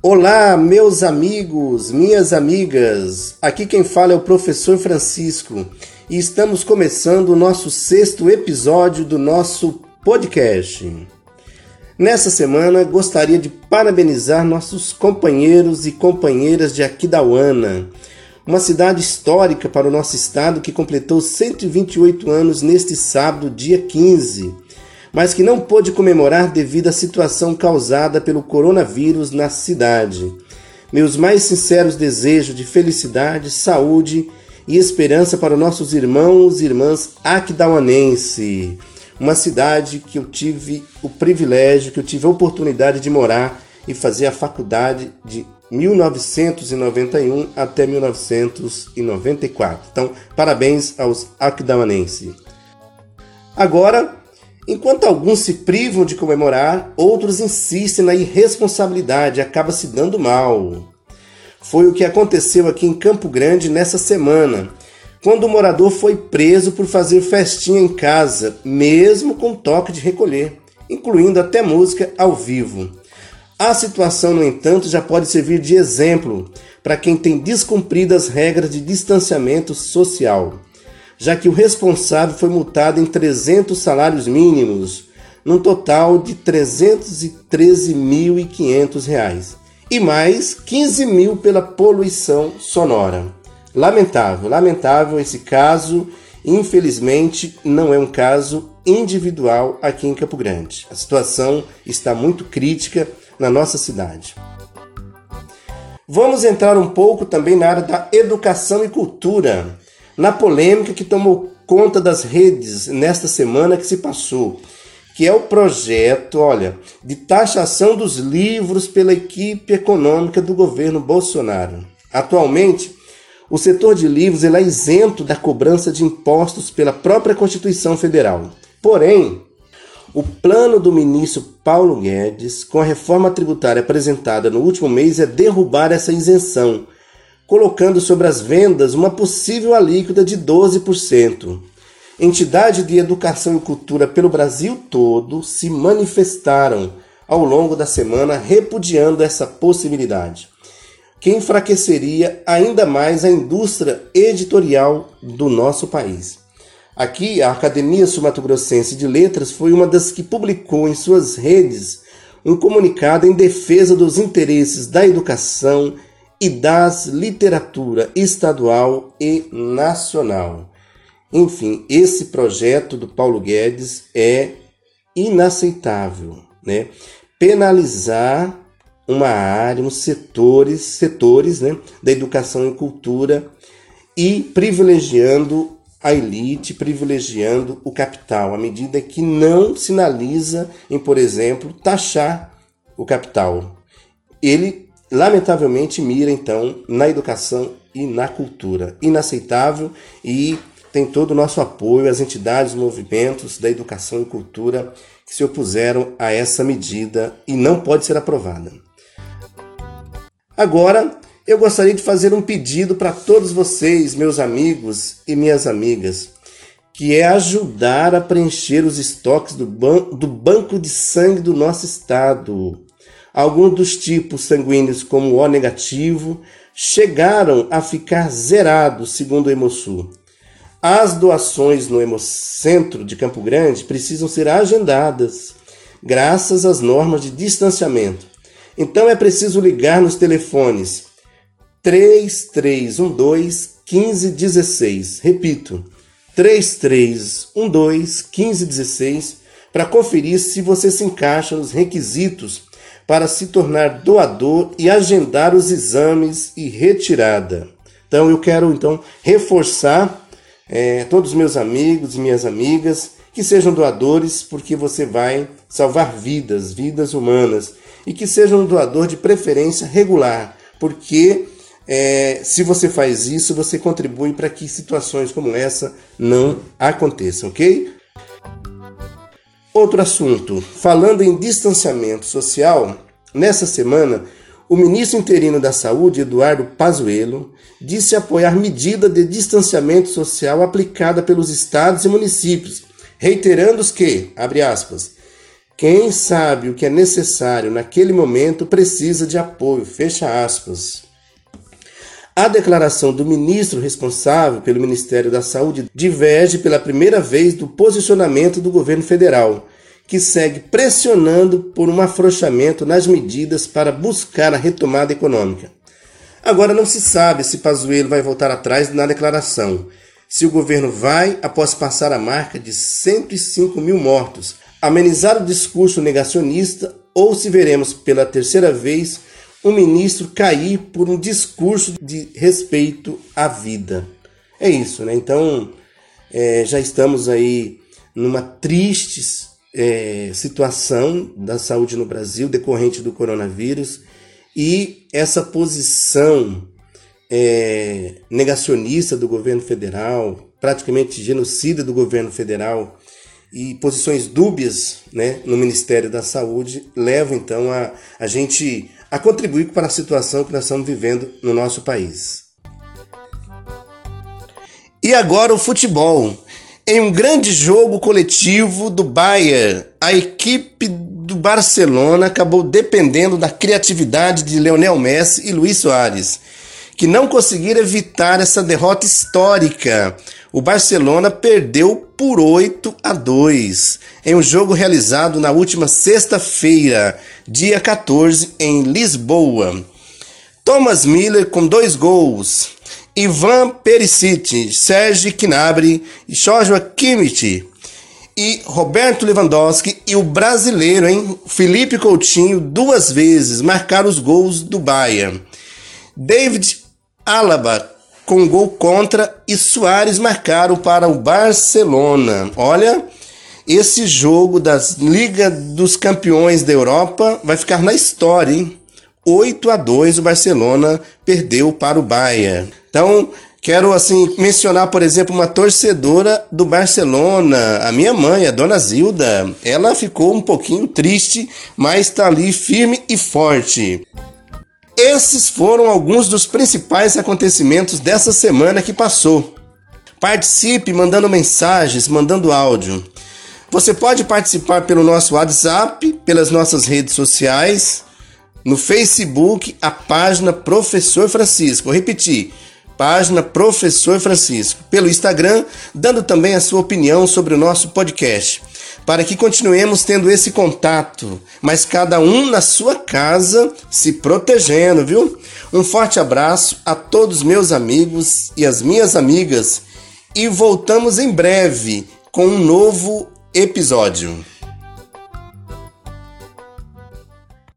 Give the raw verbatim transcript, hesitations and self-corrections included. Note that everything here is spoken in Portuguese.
Olá, meus amigos, minhas amigas, aqui quem fala é o professor Francisco e estamos começando o nosso sexto episódio do nosso podcast. Nessa semana, gostaria de parabenizar nossos companheiros e companheiras de Aquidauana, uma cidade histórica para o nosso estado que completou cento e vinte e oito anos neste sábado, dia quinze, mas que não pôde comemorar devido à situação causada pelo coronavírus na cidade. Meus mais sinceros desejos de felicidade, saúde e esperança para os nossos irmãos e irmãs aquidauanenses, uma cidade que eu tive o privilégio, que eu tive a oportunidade de morar e fazer a faculdade de mil novecentos e noventa e um até mil novecentos e noventa e quatro. Então, parabéns aos aquidauanenses. Agora, enquanto alguns se privam de comemorar, outros insistem na irresponsabilidade e acaba se dando mal. Foi o que aconteceu aqui em Campo Grande nessa semana, quando o morador foi preso por fazer festinha em casa, mesmo com toque de recolher, incluindo até música ao vivo. A situação, no entanto, já pode servir de exemplo para quem tem descumprido as regras de distanciamento social, já que o responsável foi multado em trezentos salários mínimos, num total de trezentos e treze mil e quinhentos reais, e mais quinze mil pela poluição sonora. Lamentável, lamentável esse caso, infelizmente não é um caso individual aqui em Campo Grande. A situação está muito crítica na nossa cidade. Vamos entrar um pouco também na área da educação e cultura, na polêmica que tomou conta das redes nesta semana que se passou, que é o projeto, olha, de taxação dos livros pela equipe econômica do governo Bolsonaro. Atualmente, o setor de livros ele é isento da cobrança de impostos pela própria Constituição Federal. Porém, o plano do ministro Paulo Guedes, com a reforma tributária apresentada no último mês, é derrubar essa isenção, colocando sobre as vendas uma possível alíquota de doze por cento. Entidades de educação e cultura pelo Brasil todo se manifestaram ao longo da semana repudiando essa possibilidade, que enfraqueceria ainda mais a indústria editorial do nosso país. Aqui, a Academia Sul-Mato-Grossense de Letras foi uma das que publicou em suas redes um comunicado em defesa dos interesses da educação e das literatura estadual e nacional. Enfim, esse projeto do Paulo Guedes é inaceitável, né? Penalizar uma área, uns setores, setores né, da educação e cultura e privilegiando a elite, privilegiando o capital, à medida que não sinaliza em, por exemplo, taxar o capital. Ele, lamentavelmente, mira, então, na educação e na cultura. Inaceitável, e tem todo o nosso apoio às entidades, movimentos da educação e cultura que se opuseram a essa medida e não pode ser aprovada. Agora, eu gostaria de fazer um pedido para todos vocês, meus amigos e minhas amigas, que é ajudar a preencher os estoques do, ban- do banco de sangue do nosso estado. Alguns dos tipos sanguíneos, como o O negativo, chegaram a ficar zerados, segundo o Hemosul. As doações no Hemocentro de Campo Grande precisam ser agendadas, graças às normas de distanciamento. Então é preciso ligar nos telefones três três um dois, um cinco um seis. Repito, três três um dois, um cinco um seis, para conferir se você se encaixa nos requisitos para se tornar doador e agendar os exames e retirada. Então eu quero então reforçar é, todos os meus amigos e minhas amigas que sejam doadores, porque você vai salvar vidas, vidas humanas, e que seja um doador de preferência regular, porque é, se você faz isso, você contribui para que situações como essa não aconteçam, ok? Outro assunto, falando em distanciamento social, nessa semana, o ministro interino da Saúde, Eduardo Pazuello, disse apoiar medida de distanciamento social aplicada pelos estados e municípios, reiterando que, abre aspas, Quem sabe o que é necessário naquele momento precisa de apoio, fecha aspas. A declaração do ministro responsável pelo Ministério da Saúde diverge pela primeira vez do posicionamento do governo federal, que segue pressionando por um afrouxamento nas medidas para buscar a retomada econômica. Agora não se sabe se Pazuello vai voltar atrás na declaração, se o governo vai, após passar a marca de cento e cinco mil mortos, amenizar o discurso negacionista ou se veremos pela terceira vez um ministro cair por um discurso de respeito à vida. É isso, né? Então, é, já estamos aí numa triste é, situação da saúde no Brasil decorrente do coronavírus e essa posição é, negacionista do governo federal, praticamente genocida do governo federal e posições dúbias, né, no Ministério da Saúde levam então a, a gente a contribuir para a situação que nós estamos vivendo no nosso país. E agora o futebol. Em um grande jogo coletivo do Bayern, a equipe do Barcelona acabou dependendo da criatividade de Lionel Messi e Luis Soares, que não conseguiram evitar essa derrota histórica. O Barcelona perdeu por oito a dois em um jogo realizado na última sexta-feira, dia quatorze, em Lisboa. Thomas Müller com dois gols, Ivan Perisic, Serge Gnabry, Joshua Kimmich e Roberto Lewandowski e o brasileiro, hein, Felipe Coutinho, duas vezes marcaram os gols do Bayern. David Alaba com gol contra e Suárez marcaram para o Barcelona. Olha, esse jogo das Liga dos Campeões da Europa vai ficar na história, hein? oito a dois o Barcelona perdeu para o Bayern. Então, quero assim mencionar, por exemplo, uma torcedora do Barcelona, a minha mãe, a dona Zilda. Ela ficou um pouquinho triste, mas está ali firme e forte. Esses foram alguns dos principais acontecimentos dessa semana que passou. Participe mandando mensagens, mandando áudio. Você pode participar pelo nosso WhatsApp, pelas nossas redes sociais, no Facebook, a página Professor Francisco. Vou repetir, página Professor Francisco. Pelo Instagram, dando também a sua opinião sobre o nosso podcast, para que continuemos tendo esse contato, mas cada um na sua casa, se protegendo, viu? Um forte abraço a todos meus amigos e as minhas amigas e voltamos em breve com um novo episódio.